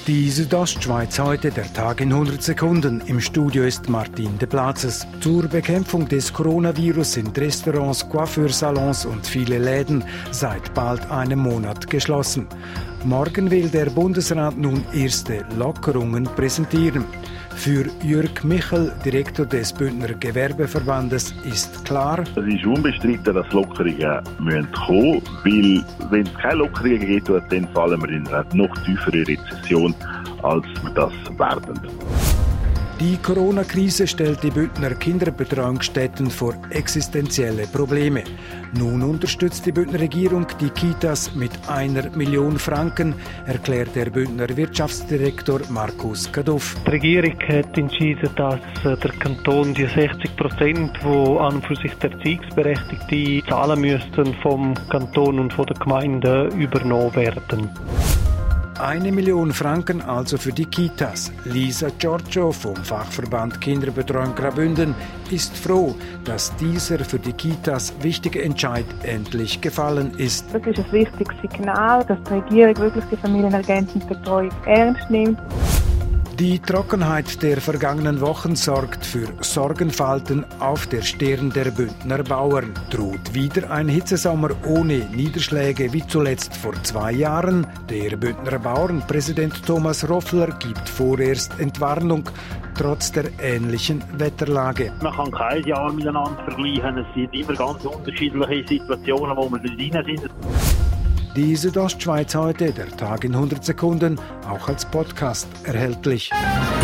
Die Südostschweiz heute, der Tag in 100 Sekunden. Im Studio ist Martin de Platzes. Zur Bekämpfung des Coronavirus sind Restaurants, Coiffeursalons und viele Läden seit bald einem Monat geschlossen. Morgen will der Bundesrat nun erste Lockerungen präsentieren. Für Jürg Michel, Direktor des Bündner Gewerbeverbandes, ist klar: Es ist unbestritten, dass Lockerungen kommen müssen, weil wenn es keine Lockerungen gibt, dann fallen wir in eine noch tiefere Rezession, als wir das werden. Die Corona-Krise stellt die Bündner Kinderbetreuungsstätten vor existenzielle Probleme. Nun unterstützt die Bündner Regierung die Kitas mit 1 Million Franken, erklärt der Bündner Wirtschaftsdirektor Markus Kaduff. Die Regierung hat entschieden, dass der Kanton die 60%, die an und für sich der Erziehungsberechtigte zahlen müssten, vom Kanton und von der Gemeinde übernommen werden. 1 Million Franken also für die Kitas. Lisa Giorgio vom Fachverband Kinderbetreuung Graubünden ist froh, dass dieser für die Kitas wichtige Entscheid endlich gefallen ist. Das ist ein wichtiges Signal, dass die Regierung wirklich die familienergänzende Betreuung ernst nimmt. Die Trockenheit der vergangenen Wochen sorgt für Sorgenfalten auf der Stirn der Bündner Bauern. Droht wieder ein Hitzesommer ohne Niederschläge wie zuletzt vor 2 Jahren? Der Bündner Bauernpräsident Thomas Roffler gibt vorerst Entwarnung, trotz der ähnlichen Wetterlage. Man kann kein Jahr miteinander vergleichen. Es sind immer ganz unterschiedliche Situationen, wo wir drin sind. Die Südostschweiz heute, der Tag in 100 Sekunden, auch als Podcast erhältlich.